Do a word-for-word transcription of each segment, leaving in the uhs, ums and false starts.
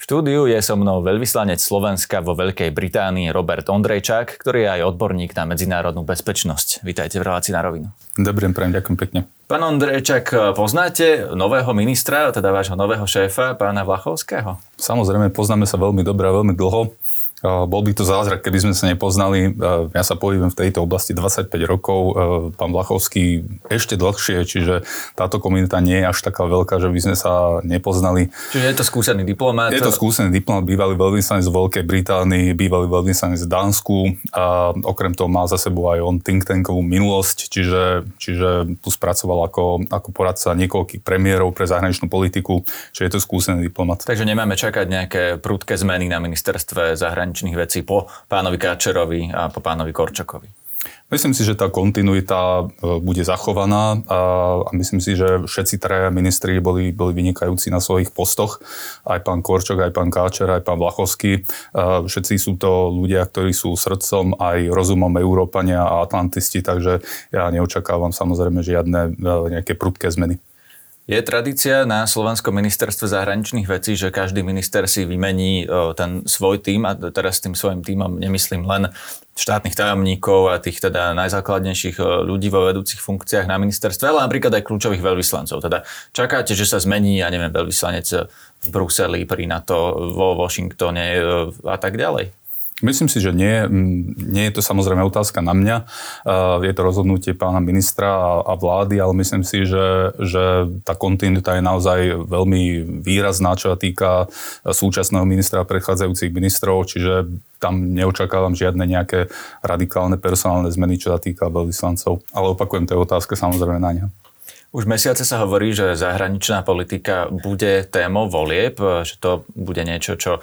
štúdiu je so mnou veľvyslanec Slovenska vo Veľkej Británii Robert Ondrejčák, ktorý je aj odborník na medzinárodnú bezpečnosť. Vítajte v relácii Na rovinu. Dobrý deň, ďakujem pekne. Pán Ondrejčák, poznáte nového ministra, teda vášho nového šéfa, pána Vlachovského? Samozrejme, poznáme sa veľmi dobre a veľmi dlho. Bol by to zázrak, keby sme sa nepoznali. Ja sa pohybujem v tejto oblasti dvadsaťpäť rokov, pán Vlachovský ešte dlhšie, čiže táto komunita nie je až taká veľká, že by sme sa nepoznali. Čiže je to skúsený diplomát? Je to skúsený diplomát, bývalý veľvyslanec z Veľkej Británii, bývalý veľvyslanec z Dánsku a okrem toho má za sebou aj on think tankovú minulosť, čiže, čiže tu spracoval ako, ako poradca niekoľkých premiérov pre zahraničnú politiku, čiže je to skúsený diplomát. Takže nemáme čakať nejaké prudké zmeny na ministerstve zahraničných vecí po pánovi Káčerovi a po pánovi Korčokovi? Myslím si, že tá kontinuita bude zachovaná a myslím si, že všetci traja ministri boli, boli vynikajúci na svojich postoch. Aj pán Korčok, aj pán Káčer, aj pán Vlachovský. Všetci sú to ľudia, ktorí sú srdcom aj rozumom Európania a atlantisti, takže ja neočakávam samozrejme žiadne nejaké prudké zmeny. Je tradícia na Slovenskom ministerstve zahraničných vecí, že každý minister si vymení ten svoj tím, a teraz s tým svojím tímom nemyslím len štátnych tajomníkov a tých teda najzákladnejších ľudí vo vedúcich funkciách na ministerstve, ale napríklad aj kľúčových veľvyslancov. Teda čakáte, že sa zmení, ja neviem, veľvyslanec v Bruseli, pri NATO, vo Washingtone a tak ďalej? Myslím si, že nie. Nie je to samozrejme otázka na mňa. Je to rozhodnutie pána ministra a vlády, ale myslím si, že, že tá kontinuita je naozaj veľmi výrazná, čo sa týka súčasného ministra a predchádzajúcich ministrov, čiže tam neočakávam žiadne nejaké radikálne personálne zmeny, čo sa týka veľvyslancov. Ale opakujem, to je otázka samozrejme na ňa. Už mesiace sa hovorí, že zahraničná politika bude témou volieb, že to bude niečo, čo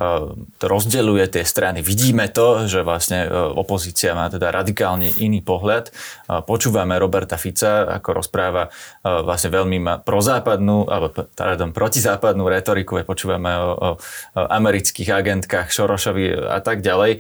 rozdeľuje tie strany. Vidíme to, že vlastne opozícia má teda radikálne iný pohľad. Počúvame Roberta Fica, ako rozpráva vlastne veľmi prozápadnú, alebo pardon, protizápadnú retoriku. Počúvame o, o amerických agentkách, Šorošovi a tak ďalej.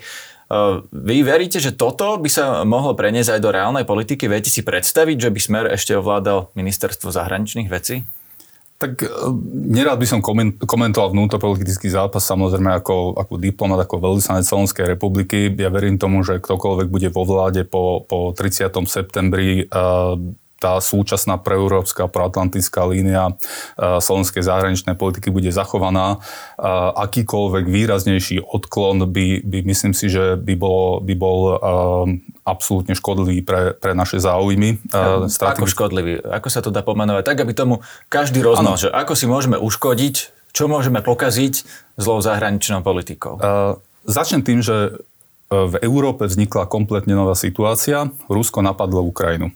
Vy veríte, že toto by sa mohlo preniesť aj do reálnej politiky? Viete si predstaviť, že by Smer ešte ovládal ministerstvo zahraničných vecí? Tak nerád by som komentoval vnútropolitický zápas, samozrejme ako, ako diplomat, ako veľvyslanec Slovenskej republiky. Ja verím tomu, že ktokoľvek bude vo vláde po, po tridsiatom septembri, tá súčasná proeurópska, proatlantická línia slovenskej zahraničnej politiky bude zachovaná. Akýkoľvek výraznejší odklon by, by myslím si, že by, bolo, by bol absolútne škodlivý pre, pre naše záujmy. A ako škodlivý? Ako sa to dá pomenovať? Tak, aby tomu každý rozmal, že ako si môžeme uškodiť, čo môžeme pokaziť zlou zahraničnou politikou? Uh, začnem tým, že v Európe vznikla kompletne nová situácia. Rusko napadlo Ukrajinu.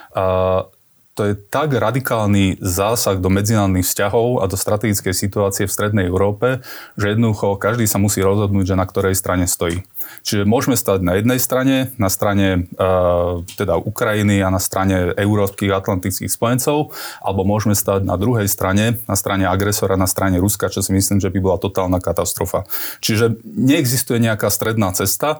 A to je tak radikálny zásah do medzinárodných vzťahov a do strategickej situácie v strednej Európe, že jednoducho každý sa musí rozhodnúť, že na ktorej strane stojí. Čiže môžeme stať na jednej strane, na strane e, teda Ukrajiny a na strane európskych a atlantických spojencov, alebo môžeme stať na druhej strane, na strane agresora, na strane Ruska, čo si myslím, že by bola totálna katastrofa. Čiže neexistuje nejaká stredná cesta.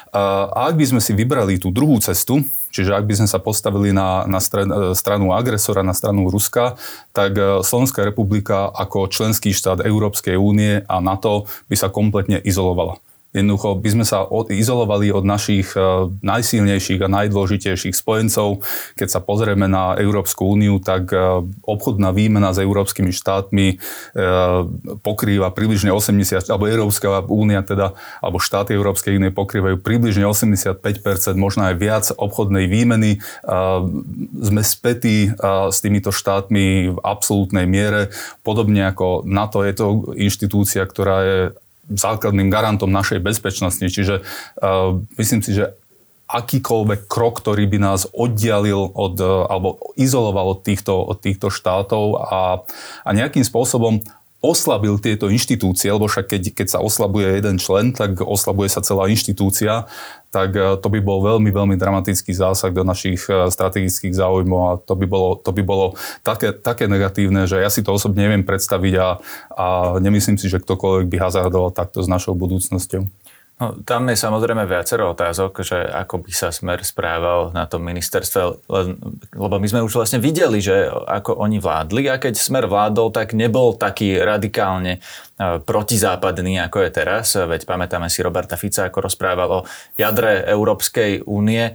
A ak by sme si vybrali tú druhú cestu, čiže ak by sme sa postavili na, na stred, stranu agresora, na stranu Ruska, tak Slovenská republika ako členský štát Európskej únie a NATO by sa kompletne izolovala. Jednoducho by sme sa od, izolovali od našich uh, najsilnejších a najdôležitejších spojencov. Keď sa pozrieme na Európsku úniu, tak uh, obchodná výmena s európskymi štátmi uh, pokrýva približne osemdesiat, alebo Európska únia teda, alebo štáty Európskej únie pokrývajú približne osemdesiatpäť percent, možno aj viac obchodnej výmeny. Uh, sme spätí uh, s týmito štátmi v absolútnej miere. Podobne ako NATO je to inštitúcia, ktorá je základným garantom našej bezpečnosti. Čiže uh, myslím si, že akýkoľvek krok, ktorý by nás oddialil od, uh, alebo izoloval od týchto, od týchto štátov a, a nejakým spôsobom oslabil tieto inštitúcie, lebo však keď, keď sa oslabuje jeden člen, tak oslabuje sa celá inštitúcia, tak to by bol veľmi, veľmi dramatický zásah do našich strategických záujmov a to by bolo, to by bolo také, také negatívne, že ja si to osobne neviem predstaviť a, a nemyslím si, že ktokoľvek by hazardoval takto s našou budúcnosťou. No, tam je samozrejme viacero otázok, že ako by sa Smer správal na tom ministerstve, lebo my sme už vlastne videli, že ako oni vládli a keď Smer vládol, tak nebol taký radikálne protizápadný, ako je teraz. Veď pamätáme si Roberta Fica, ako rozprával o jadre Európskej únie.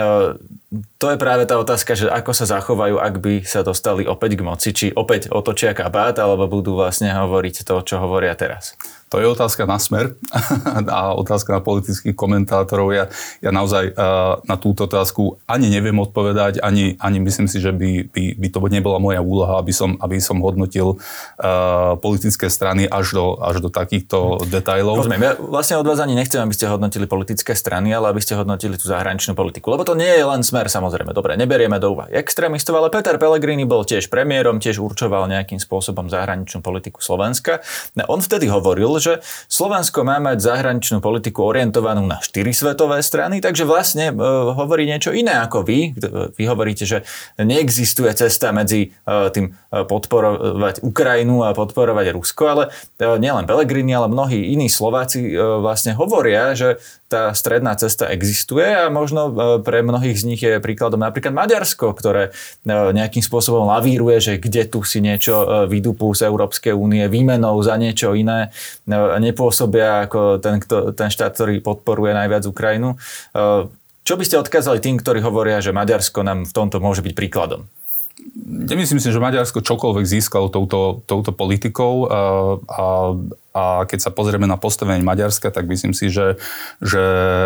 To je práve tá otázka, že ako sa zachovajú, ak by sa dostali opäť k moci, či opäť otočia kabát, alebo budú vlastne hovoriť to, čo hovoria teraz. To je otázka na Smer a otázka na politických komentátorov. Ja, ja naozaj uh, na túto otázku ani neviem odpovedať, ani, ani myslím si, že by, by, by to nebola moja úloha, aby som, aby som hodnotil uh, politické strany až do, až do takýchto detailov. Rozumiem, ja vlastne od vás ani nechcem, aby ste hodnotili politické strany, ale aby ste hodnotili tú zahraničnú politiku. Lebo to nie je len Smer, samozrejme. Dobre, neberieme do úvahy extrémistov, ale Peter Pellegrini bol tiež premiérom, tiež určoval nejakým spôsobom zahraničnú politiku Slovenska. On vtedy hovoril, že Slovensko má mať zahraničnú politiku orientovanú na štyri svetové strany, takže vlastne e, hovorí niečo iné ako vy. Vy hovoríte, že neexistuje cesta medzi e, tým podporovať Ukrajinu a podporovať Rusko, ale e, nielen Pellegrini, ale mnohí iní Slováci e, vlastne hovoria, že tá stredná cesta existuje a možno pre mnohých z nich je príkladom napríklad Maďarsko, ktoré nejakým spôsobom lavíruje, že kde tu si niečo vydupú z Európskej únie výmenou za niečo iné, nepôsobia ako ten, kto, ten štát, ktorý podporuje najviac Ukrajinu. Čo by ste odkázali tým, ktorí hovoria, že Maďarsko nám v tomto môže byť príkladom? Nemyslím si, že Maďarsko čokoľvek získalo touto, touto politikou a, a, a keď sa pozrieme na postavenie Maďarska, tak myslím si, že, že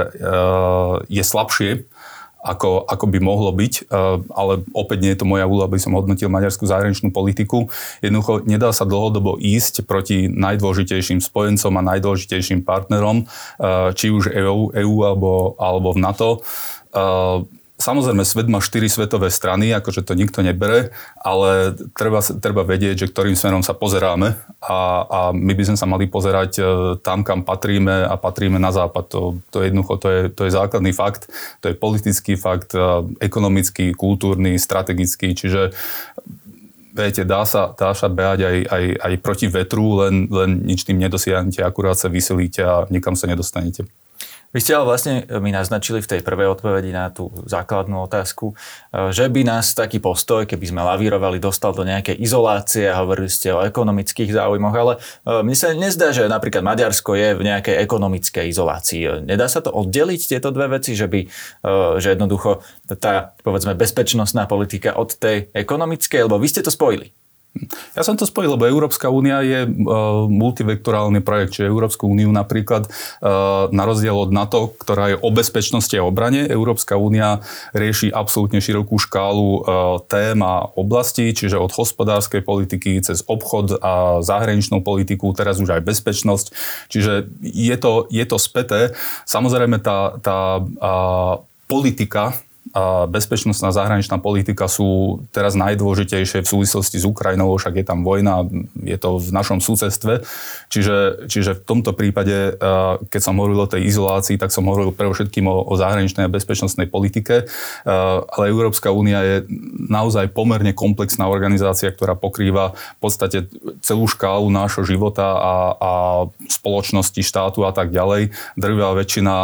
je slabšie, ako, ako by mohlo byť, ale opäť nie je to moja úloha, aby som hodnotil maďarskú zahraničnú politiku. Jednoducho nedá sa dlhodobo ísť proti najdôležitejším spojencom a najdôležitejším partnerom, či už é ú, é ú alebo, alebo v NATO. Samozrejme, svet má štyri svetové strany, akože to nikto nebere, ale treba, treba vedieť, že ktorým smerom sa pozeráme a, a my by sme sa mali pozerať tam, kam patríme a patríme na západ. To, to jednoducho, to je, to je základný fakt, to je politický fakt, ekonomický, kultúrny, strategický, čiže viete, dá sa, dá sa behať aj, aj, aj proti vetru, len, len nič tým nedosiahnete, akurát sa vysilíte a nikam sa nedostanete. Vy ste ale vlastne mi naznačili v tej prvej odpovedi na tú základnú otázku, že by nás taký postoj, keby sme lavírovali, dostal do nejakej izolácie a hovorili ste o ekonomických záujmoch, ale mne sa nezdá, že napríklad Maďarsko je v nejakej ekonomickej izolácii. Nedá sa to oddeliť, tieto dve veci, že by, že jednoducho tá, povedzme, bezpečnostná politika od tej ekonomickej, lebo vy ste to spojili. Ja som to spojil, lebo Európska únia je uh, multivektorálny projekt, čiže Európsku úniu napríklad uh, na rozdiel od NATO, ktorá je o bezpečnosti a obrane, Európska únia rieši absolútne širokú škálu uh, tém a oblastí, čiže od hospodárskej politiky cez obchod a zahraničnú politiku, teraz už aj bezpečnosť, čiže je to, je to späté. Samozrejme tá, tá uh, politika a bezpečnostná zahraničná politika sú teraz najdôležitejšie v súvislosti s Ukrajinou, však je tam vojna, je to v našom susedstve. Čiže, čiže v tomto prípade, keď som hovoril o tej izolácii, tak som hovoril predovšetkým o, o zahraničnej a bezpečnostnej politike. Ale Európska únia je naozaj pomerne komplexná organizácia, ktorá pokrýva v podstate celú škálu nášho života a, a spoločnosti, štátu a tak ďalej. Drvivá väčšina,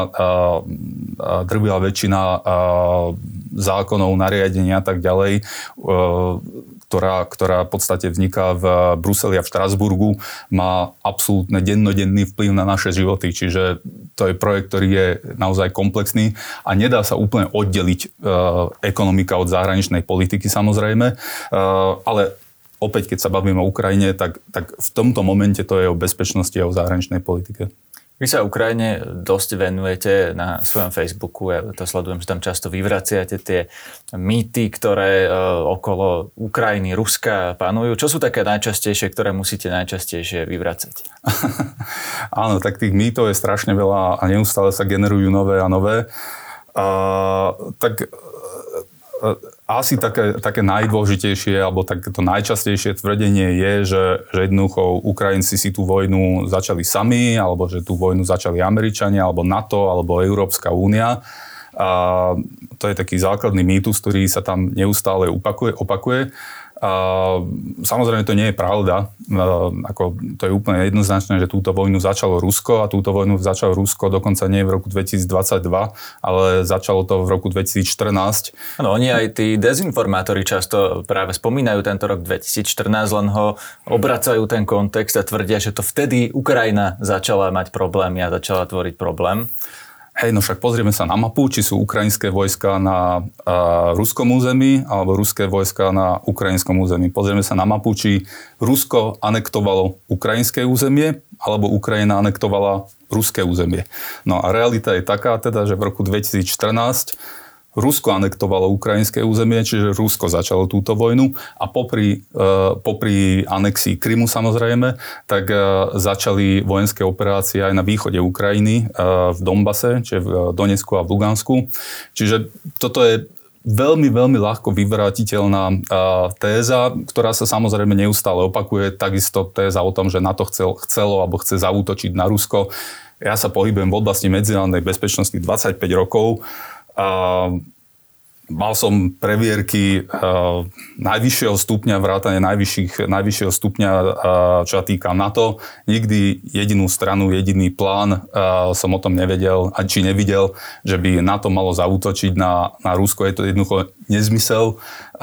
drvivá väčšina zákonov, nariadenia a tak ďalej, ktorá, ktorá v podstate vzniká v Bruseli a v Štrasburgu, má absolútne dennodenný vplyv na naše životy. Čiže to je projekt, ktorý je naozaj komplexný a nedá sa úplne oddeliť ekonomika od zahraničnej politiky, samozrejme. Ale opäť, keď sa bavíme o Ukrajine, tak, tak v tomto momente to je o bezpečnosti a o zahraničnej politike. Vy sa Ukrajine dosť venujete na svojom Facebooku, ja to sledujem, že tam často vyvraciate tie mýty, ktoré okolo Ukrajiny, Ruska panujú. Čo sú také najčastejšie, ktoré musíte najčastejšie vyvracať? Áno, tak tých mýtov je strašne veľa a neustále sa generujú nové a nové. A, tak asi také, také najdôležitejšie, alebo takéto najčastejšie tvrdenie je, že, že jednoducho Ukrajinci si tú vojnu začali sami, alebo že tú vojnu začali Američania, alebo NATO, alebo Európska únia. A to je taký základný mýtus, ktorý sa tam neustále opakuje. opakuje. A samozrejme to nie je pravda. Ako, to je úplne jednoznačné, že túto vojnu začalo Rusko a túto vojnu začalo Rusko dokonca nie v roku dvetisícdvadsaťdva, ale začalo to v roku dvetisícštrnásť. Áno, oni aj tí dezinformátori často práve spomínajú tento rok dvetisícštrnásť, len ho obracajú ten kontext a tvrdia, že to vtedy Ukrajina začala mať problémy a začala tvoriť problém. Hej, no však pozrieme sa na mapu, či sú ukrajinské vojska na uh, ruskom území alebo ruské vojska na ukrajinskom území. Pozrieme sa na mapu, či Rusko anektovalo ukrajinské územie alebo Ukrajina anektovala ruské územie. No a realita je taká teda, že v roku dvetisícštrnásť Rusko anektovalo ukrajinské územie, čiže Rusko začalo túto vojnu a popri, uh, popri anexii Krymu samozrejme, tak uh, začali vojenské operácie aj na východe Ukrajiny, uh, v Donbase, čiže v Donecku a v Lugansku. Čiže toto je veľmi, veľmi ľahko vyvrátiteľná uh, téza, ktorá sa samozrejme neustále opakuje. Takisto téza o tom, že NATO chcel, chcelo alebo chce zaútočiť na Rusko. Ja sa pohybujem v oblasti medzinárodnej bezpečnosti dvadsaťpäť rokov. Uh, mal som previerky uh, najvyššieho stupňa, vrátane najvyšších, najvyššieho stupňa, uh, čo sa týka NATO. Nikdy jedinú stranu, jediný plán uh, som o tom nevedel, a či nevidel, že by NATO malo zaútočiť na, na Rusko. Je to jednoducho nezmysel,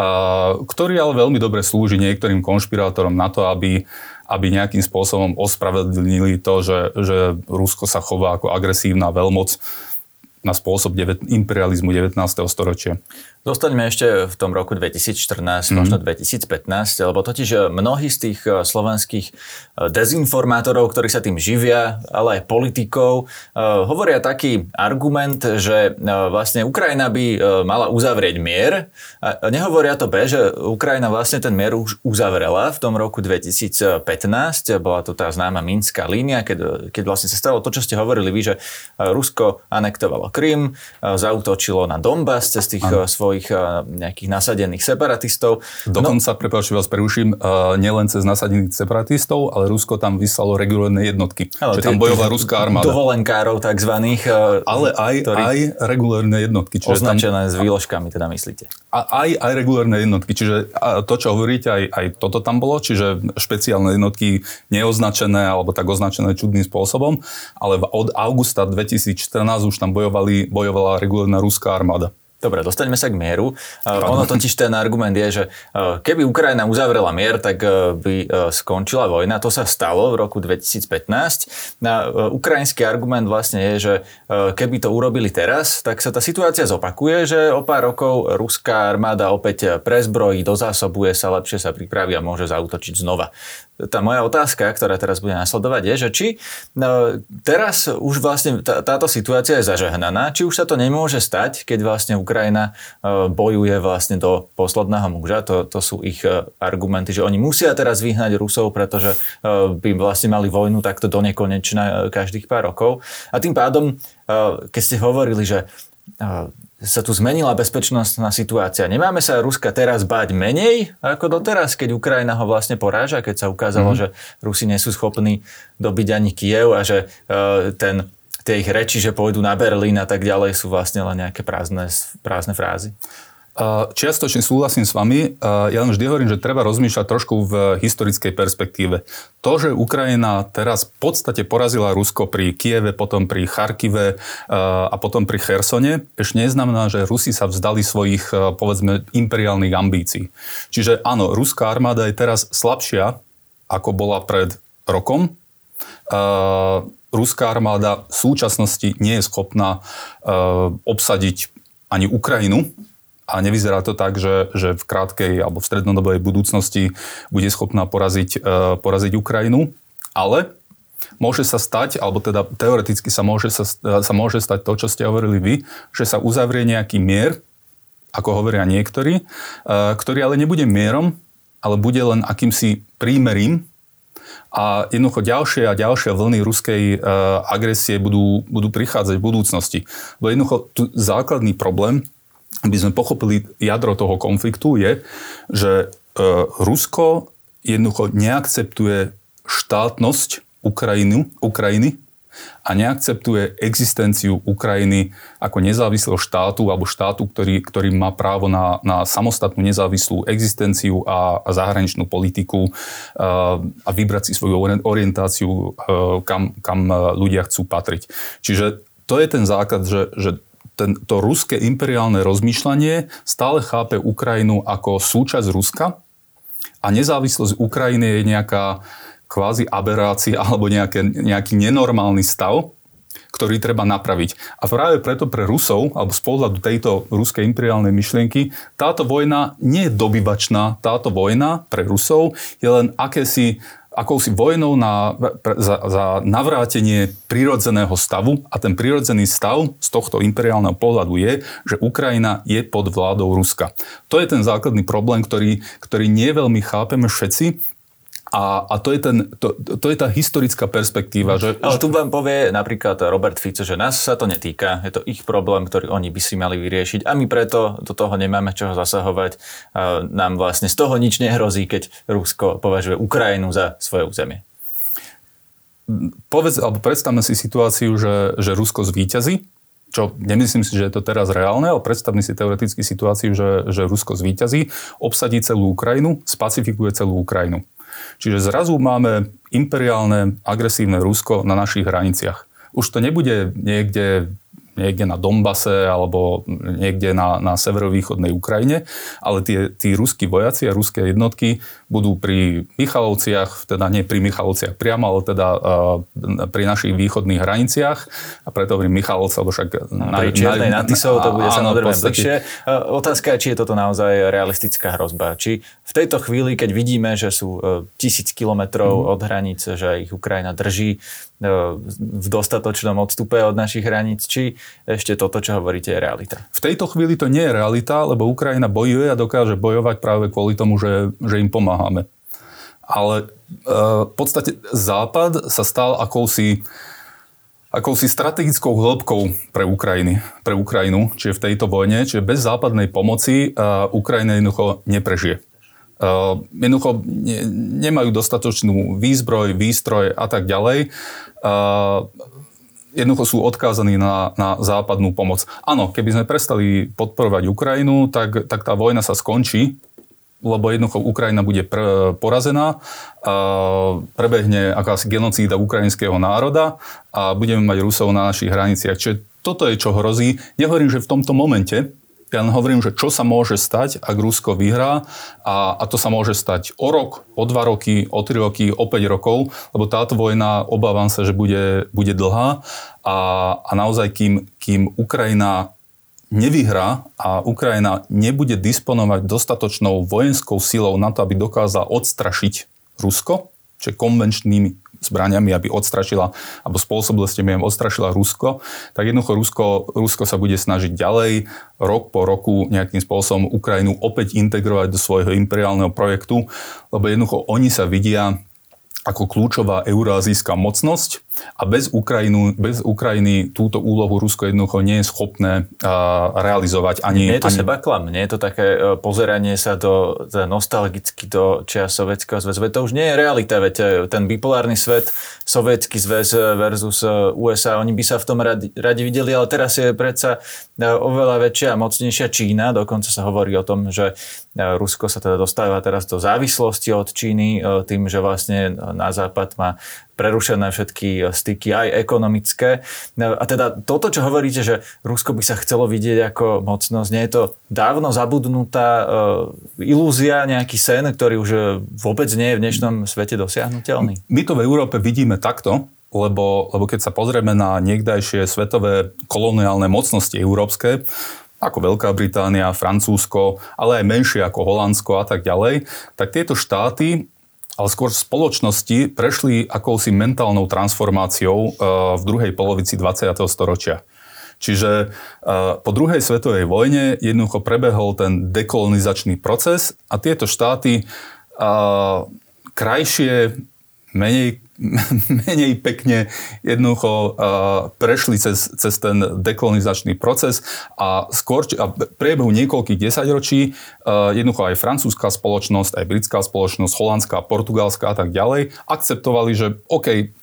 uh, ktorý ale veľmi dobre slúži niektorým konšpirátorom na to, aby aby nejakým spôsobom ospravedlnili to, že, že Rusko sa chová ako agresívna veľmoc na spôsob imperializmu devätnásteho storočia. Zostaňme ešte v tom roku dvetisícštrnásť, mm. možno dvetisícpätnásť, lebo totiž mnohí z tých slovenských dezinformátorov, ktorí sa tým živia, ale aj politikov, hovoria taký argument, že vlastne Ukrajina by mala uzavrieť mier. A nehovoria to be, že Ukrajina vlastne ten mier už uzavrela v tom roku dvetisícpätnásť. Bola to tá známa Minská línia, keď, keď vlastne sa stalo to, čo ste hovorili vy, že Rusko anektovalo Krym, zaútočilo na Donbas cez tých ano. svojich nejakých nasadených separatistov. Dokonca, no, prepáč, vás preruším, uh, nielen cez nasadených separatistov, ale Rusko tam vyslalo regulárne jednotky. Ale čiže tam bojovala ruská armáda. Dovolenkárov takzvaných. Uh, ale aj, aj regulárne jednotky. Čiže označené tam, s výložkami, teda myslíte? A, aj, aj regulárne jednotky. Čiže to, čo hovoríte, aj, aj toto tam bolo, čiže špeciálne jednotky neoznačené, alebo tak označené čudným spôsobom, ale od augusta dvetisícštrnásť už tam bojovali, bojovala regulárna ruská armáda. Dobre, dostaňme sa k mieru. Ono totiž ten argument je, že keby Ukrajina uzavrela mier, tak by skončila vojna. To sa stalo v roku dvetisícpätnásť. Ukrajinský argument vlastne je, že keby to urobili teraz, tak sa tá situácia zopakuje, že o pár rokov ruská armáda opäť prezbrojí, dozásobuje sa, lepšie sa pripraví a môže zaútočiť znova. Tá moja otázka, ktorá teraz bude nasledovať, je, že či teraz už vlastne tá, táto situácia je zažehnaná, či už sa to nemôže stať, keď vlastne Ukrajina bojuje vlastne do posledného muža. To, to sú ich argumenty, že oni musia teraz vyhnať Rusov, pretože by vlastne mali vojnu takto do nekonečna každých pár rokov. A tým pádom, keď ste hovorili, že sa tu zmenila bezpečnostná situácia. Nemáme sa Ruska teraz báť menej ako doteraz, keď Ukrajina ho vlastne poráža, keď sa ukázalo, mm. že Rusi nie sú schopní dobiť ani Kyjev a že uh, ten, tie ich reči, že pôjdu na Berlín a tak ďalej, sú vlastne len nejaké prázdne, prázdne frázy. Čiastočne súhlasím s vami. Ja len vždy hovorím, že treba rozmýšľať trošku v historickej perspektíve. To, že Ukrajina teraz v podstate porazila Rusko pri Kyjeve, potom pri Charkive a potom pri Chersone, ešte neznamená, že Rusi sa vzdali svojich, povedzme, imperiálnych ambícií. Čiže áno, ruská armáda je teraz slabšia, ako bola pred rokom. Ruská armáda v súčasnosti nie je schopná obsadiť ani Ukrajinu. A nevyzerá to tak, že, že v krátkej alebo v strednodobej budúcnosti bude schopná poraziť, uh, poraziť Ukrajinu. Ale môže sa stať, alebo teda teoreticky sa môže, sa, sa môže stať to, čo ste hovorili vy, že sa uzavrie nejaký mier, ako hovoria niektorí, uh, ktorý ale nebude mierom, ale bude len akýmsi prímerím. A jednoducho ďalšie a ďalšie vlny ruskej uh, agresie budú, budú prichádzať v budúcnosti. Bo jednoducho tu základný problém, aby sme pochopili jadro toho konfliktu, je, že e, Rusko jednoducho neakceptuje štátnosť Ukrajinu, Ukrajiny a neakceptuje existenciu Ukrajiny ako nezávislého štátu alebo štátu, ktorý, ktorý má právo na, na samostatnú nezávislú existenciu a, a zahraničnú politiku a, a vybrať si svoju orientáciu, kam, kam ľudia chcú patriť. Čiže to je ten základ, že, že ten, to ruské imperiálne rozmýšľanie stále chápe Ukrajinu ako súčasť Ruska a nezávislosť Ukrajiny je nejaká kvázi aberácia alebo nejaké, nejaký nenormálny stav, ktorý treba napraviť. A práve preto pre Rusov, alebo z pohľadu tejto ruskej imperiálnej myšlienky, táto vojna nie je dobyvačná. Táto vojna pre Rusov je len akési, akousi vojnou na, za, za navrátenie prirodzeného stavu. A ten prirodzený stav z tohto imperiálneho pohľadu je, že Ukrajina je pod vládou Ruska. To je ten základný problém, ktorý, ktorý nie veľmi chápeme všetci. A, a to, je ten, to, to je tá historická perspektíva. Že, Ale tu vám povie napríklad Robert Fico, že nás sa to netýka, je to ich problém, ktorý oni by si mali vyriešiť a my preto do toho nemáme čoho zasahovať. A nám vlastne z toho nič nehrozí, keď Rusko považuje Ukrajinu za svoje územie. Povedz, alebo predstavme si situáciu, že, že Rusko zvíťazí, čo nemyslím si, že je to teraz reálne, ale predstavme si teoreticky situáciu, že, že Rusko zvíťazí, obsadí celú Ukrajinu, spacifikuje celú Ukrajinu. Čiže zrazu máme imperiálne, agresívne Rusko na našich hraniciach. Už to nebude niekde, niekde na Donbase alebo niekde na, na severovýchodnej Ukrajine, ale tie, tí ruskí vojaci a ruské jednotky budú pri Michalovciach, teda nie pri Michalovciach priamo, ale teda uh, pri našich východných hraniciach. A preto hovorím Michalovce, lebo však... No, pri Čiernej nad Tisou to bude samozrejme bližšie. Otázka je, či je toto naozaj realistická hrozba. Či v tejto chvíli, keď vidíme, že sú uh, tisíc kilometrov mm. od hranice, že ich Ukrajina drží uh, v dostatočnom odstupe od našich hraníc, či ešte toto, čo hovoríte, je realita? V tejto chvíli to nie je realita, lebo Ukrajina bojuje a dokáže bojovať práve kvôli tomu, že, že im pomáha. Ale v podstate Západ sa stal akousi, akousi strategickou hĺbkou pre, Ukrajiny, pre Ukrajinu, čiže v tejto vojne, čiže bez západnej pomoci Ukrajina jednoducho neprežije. Jednoducho ne, nemajú dostatočnú výzbroj, výstroj a tak ďalej. Jednoducho sú odkázaní na, na západnú pomoc. Áno, keby sme prestali podporovať Ukrajinu, tak, tak tá vojna sa skončí, lebo jednoducho Ukrajina bude pr- porazená, a prebehne akási genocída ukrajinského národa a budeme mať Rusov na našich hraniciach. Čiže toto je, čo hrozí. Nehovorím, že v tomto momente, ja len hovorím, že čo sa môže stať, ak Rusko vyhrá a, a to sa môže stať o rok, o dva roky, o tri roky, o päť rokov, lebo táto vojna, obávam sa, že bude, bude dlhá a, a naozaj, kým, kým Ukrajina nevyhrá a Ukrajina nebude disponovať dostatočnou vojenskou silou na to, aby dokázala odstrašiť Rusko, čiže konvenčnými zbraniami, aby odstrašila, alebo spôsobilosťami aby odstrašila Rusko, tak jednoducho Rusko, Rusko sa bude snažiť ďalej rok po roku nejakým spôsobom Ukrajinu opäť integrovať do svojho imperiálneho projektu, lebo jednoducho oni sa vidia ako kľúčová eurázijská mocnosť a bez, Ukrajinu, bez Ukrajiny túto úlohu Rusko jednoducho nie je schopné uh, realizovať. Ani, nie je to ani... sebaklam, nie je to také uh, pozeranie sa do, nostalgicky do čias Sovietskeho zväzu. To už nie je realita, veď ten bipolárny svet, Sovietsky zväz versus ú es á, oni by sa v tom radi, radi videli, ale teraz je predsa oveľa väčšia a mocnejšia Čína, dokonca sa hovorí o tom, že Rusko sa teda dostáva teraz do závislosti od Číny tým, že vlastne na západ má prerušené všetky styky, aj ekonomické. A teda toto, čo hovoríte, že Rusko by sa chcelo vidieť ako mocnosť, nie je to dávno zabudnutá ilúzia, nejaký sen, ktorý už vôbec nie je v dnešnom svete dosiahnuteľný? My to v Európe vidíme takto, lebo, lebo keď sa pozrieme na niekdajšie svetové koloniálne mocnosti európske, ako Veľká Británia, Francúzsko, ale aj menšie ako Holandsko a tak ďalej, tak tieto štáty, ale skôr v spoločnosti, prešli akousi mentálnou transformáciou v druhej polovici dvadsiateho storočia. Čiže po druhej svetovej vojne jednoducho prebehol ten dekolonizačný proces a tieto štáty krajšie, menej, menej pekne jednoducho uh, prešli cez, cez ten dekolonizačný proces a skôr a v priebehu niekoľkých desaťročí uh, jednoducho aj francúzska spoločnosť, aj britská spoločnosť, holandská, portugalská a tak ďalej akceptovali, že OK,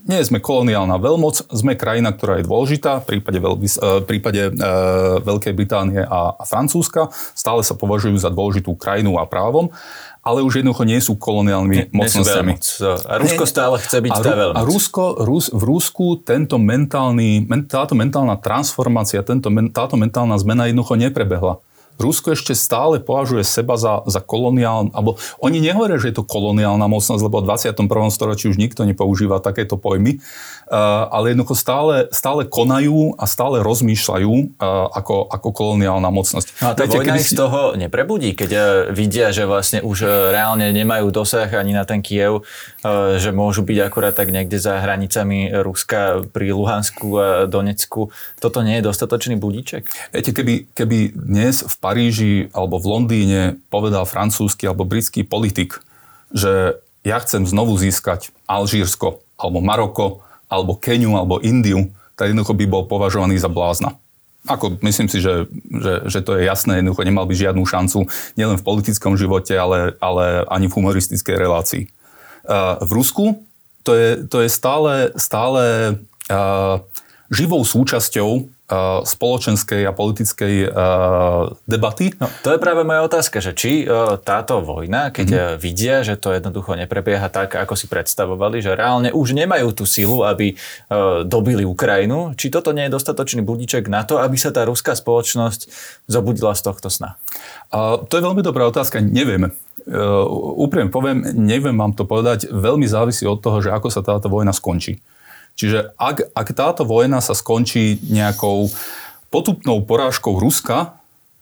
nie sme koloniálna veľmoc, sme krajina, ktorá je dôležitá v prípade, veľvys, v prípade e, Veľkej Británie a, a Francúzska. Stále sa považujú za dôležitú krajinu a právom, ale už jednoducho nie sú koloniálnymi mocnosťami. A Rusko stále chce byť tá veľmoc. A Rusko, Rus, v Rusku tento mentálny, táto mentálna transformácia, tento, táto mentálna zmena jednoducho neprebehla. Rusko ešte stále považuje seba za, za koloniálne, alebo oni nehovoria, že je to koloniálna mocnosť, lebo v dvadsiatom prvom storočí už nikto nepoužíva takéto pojmy, uh, ale jednoducho stále, stále konajú a stále rozmýšľajú uh, ako, ako koloniálna mocnosť. No a tá Viete, vojna ich si... z toho neprebudí, keď uh, vidia, že vlastne už uh, reálne nemajú dosah ani na ten Kyjev, uh, že môžu byť akurát tak niekde za hranicami Ruska pri Luhansku a Donecku. Toto nie je dostatočný budíček? Viete, keby, keby dnes v Paríži alebo v Londýne povedal francúzsky alebo britský politik, že ja chcem znovu získať Alžírsko, alebo Maroko, alebo Keniu, alebo Indiu, tak jednoducho by bol považovaný za blázna. Ako, myslím si, že, že, že to je jasné, jednoducho nemal by žiadnu šancu nielen v politickom živote, ale, ale ani v humoristickej relácii. Uh, v Rusku to je, to je stále, stále uh, živou súčasťou spoločenskej a politickej uh, debaty. No, to je práve moja otázka, že či uh, táto vojna, keď mm-hmm. vidia, že to jednoducho neprebieha tak, ako si predstavovali, že reálne už nemajú tú silu, aby uh, dobili Ukrajinu, či toto nie je dostatočný budíček na to, aby sa tá ruská spoločnosť zobudila z tohto sna? Uh, to je veľmi dobrá otázka, nevieme. Uh, úprimne poviem, neviem vám to povedať, veľmi závisí od toho, že ako sa táto vojna skončí. Čiže ak, ak táto vojna sa skončí nejakou potupnou porážkou Ruska,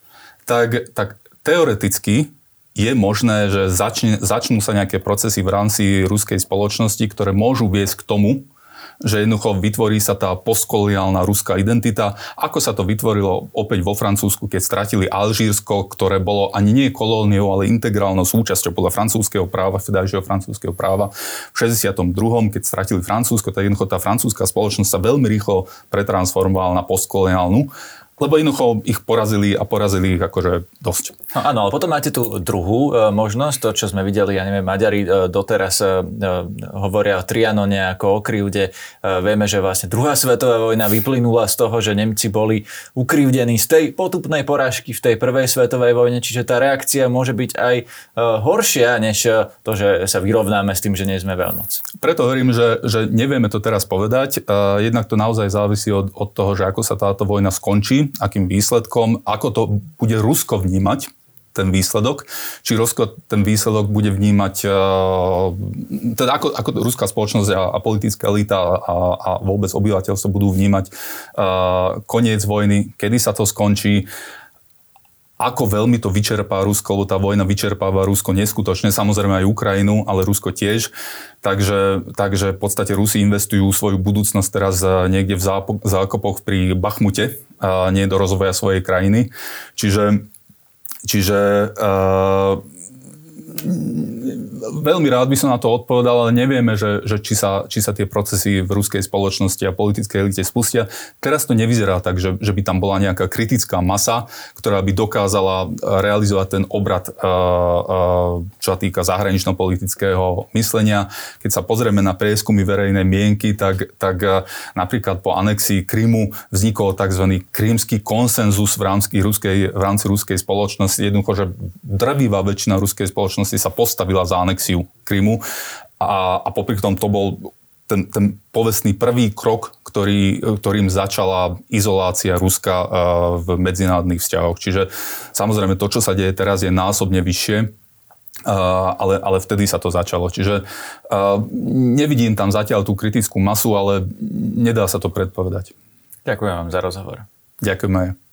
tak, tak teoreticky je možné, že začne, začnú sa nejaké procesy v rámci ruskej spoločnosti, ktoré môžu viesť k tomu, že jednoducho vytvorí sa tá postkoloniálna ruská identita, ako sa to vytvorilo opäť vo Francúzsku, keď stratili Alžírsko, ktoré bolo ani nie kolóniou, ale integrálnou súčasťou podľa francúzskeho práva, vtedajšieho francúzskeho práva. V šesťdesiatom druhom, keď stratili Francúzsko, tak jednoducho tá francúzska spoločnosť sa veľmi rýchlo pretransformovala na postkoloniálnu, lebo jednoducho ich porazili a porazili ich akože dosť. No áno, ale potom máte tú druhú e, možnosť, to, čo sme videli, ja neviem, Maďari e, doteraz e, hovoria o Trianone ako o krivde. E, vieme, že vlastne druhá svetová vojna vyplynula z toho, že Nemci boli ukrivdení z tej potupnej porážky v tej prvej svetovej vojne, čiže tá reakcia môže byť aj e, horšia, než to, že sa vyrovnáme s tým, že nie sme veľmoc. Preto hovorím, že, že nevieme to teraz povedať. E, jednak to naozaj závisí od, od toho, že ako sa táto vojna skončí, akým výsledkom, ako to bude Rusko vnímať, ten výsledok. Či Rusko ten výsledok bude vnímať, teda ako, ako ruská spoločnosť a, a politická elita a, a vôbec obyvateľstvo budú vnímať koniec vojny, kedy sa to skončí, ako veľmi to vyčerpá Rusko, lebo tá vojna vyčerpáva Rusko neskutočne, samozrejme aj Ukrajinu, ale Rusko tiež. Takže, takže v podstate Rusi investujú svoju budúcnosť teraz niekde v zákopoch pri Bachmute, a nie do rozvoja svojej krajiny. Čiže, čiže uh, veľmi rád by som na to odpovedal, ale nevieme, že, že či, sa, či sa tie procesy v ruskej spoločnosti a politickej elite spustia. Teraz to nevyzerá tak, že, že by tam bola nejaká kritická masa, ktorá by dokázala realizovať ten obrad, uh, uh, čo sa týka zahranično-politického myslenia. Keď sa pozrieme na prieskumy verejnej mienky, tak, tak uh, napríklad po anexii Krymu vznikol tzv. Krymský konsenzus v rámci ruskej, v rámci ruskej spoločnosti. Jednoducho, že drvivá väčšina ruskej spoločnosti sa postavila za anexiu Krymu a, a popri tom to bol ten, ten povestný prvý krok, ktorý, ktorým začala izolácia Ruska uh, v medzinárodných vzťahoch. Čiže samozrejme to, čo sa deje teraz, je násobne vyššie, uh, ale, ale vtedy sa to začalo. Čiže uh, nevidím tam zatiaľ tú kritickú masu, ale nedá sa to predpovedať. Ďakujem vám za rozhovor. Ďakujem aj.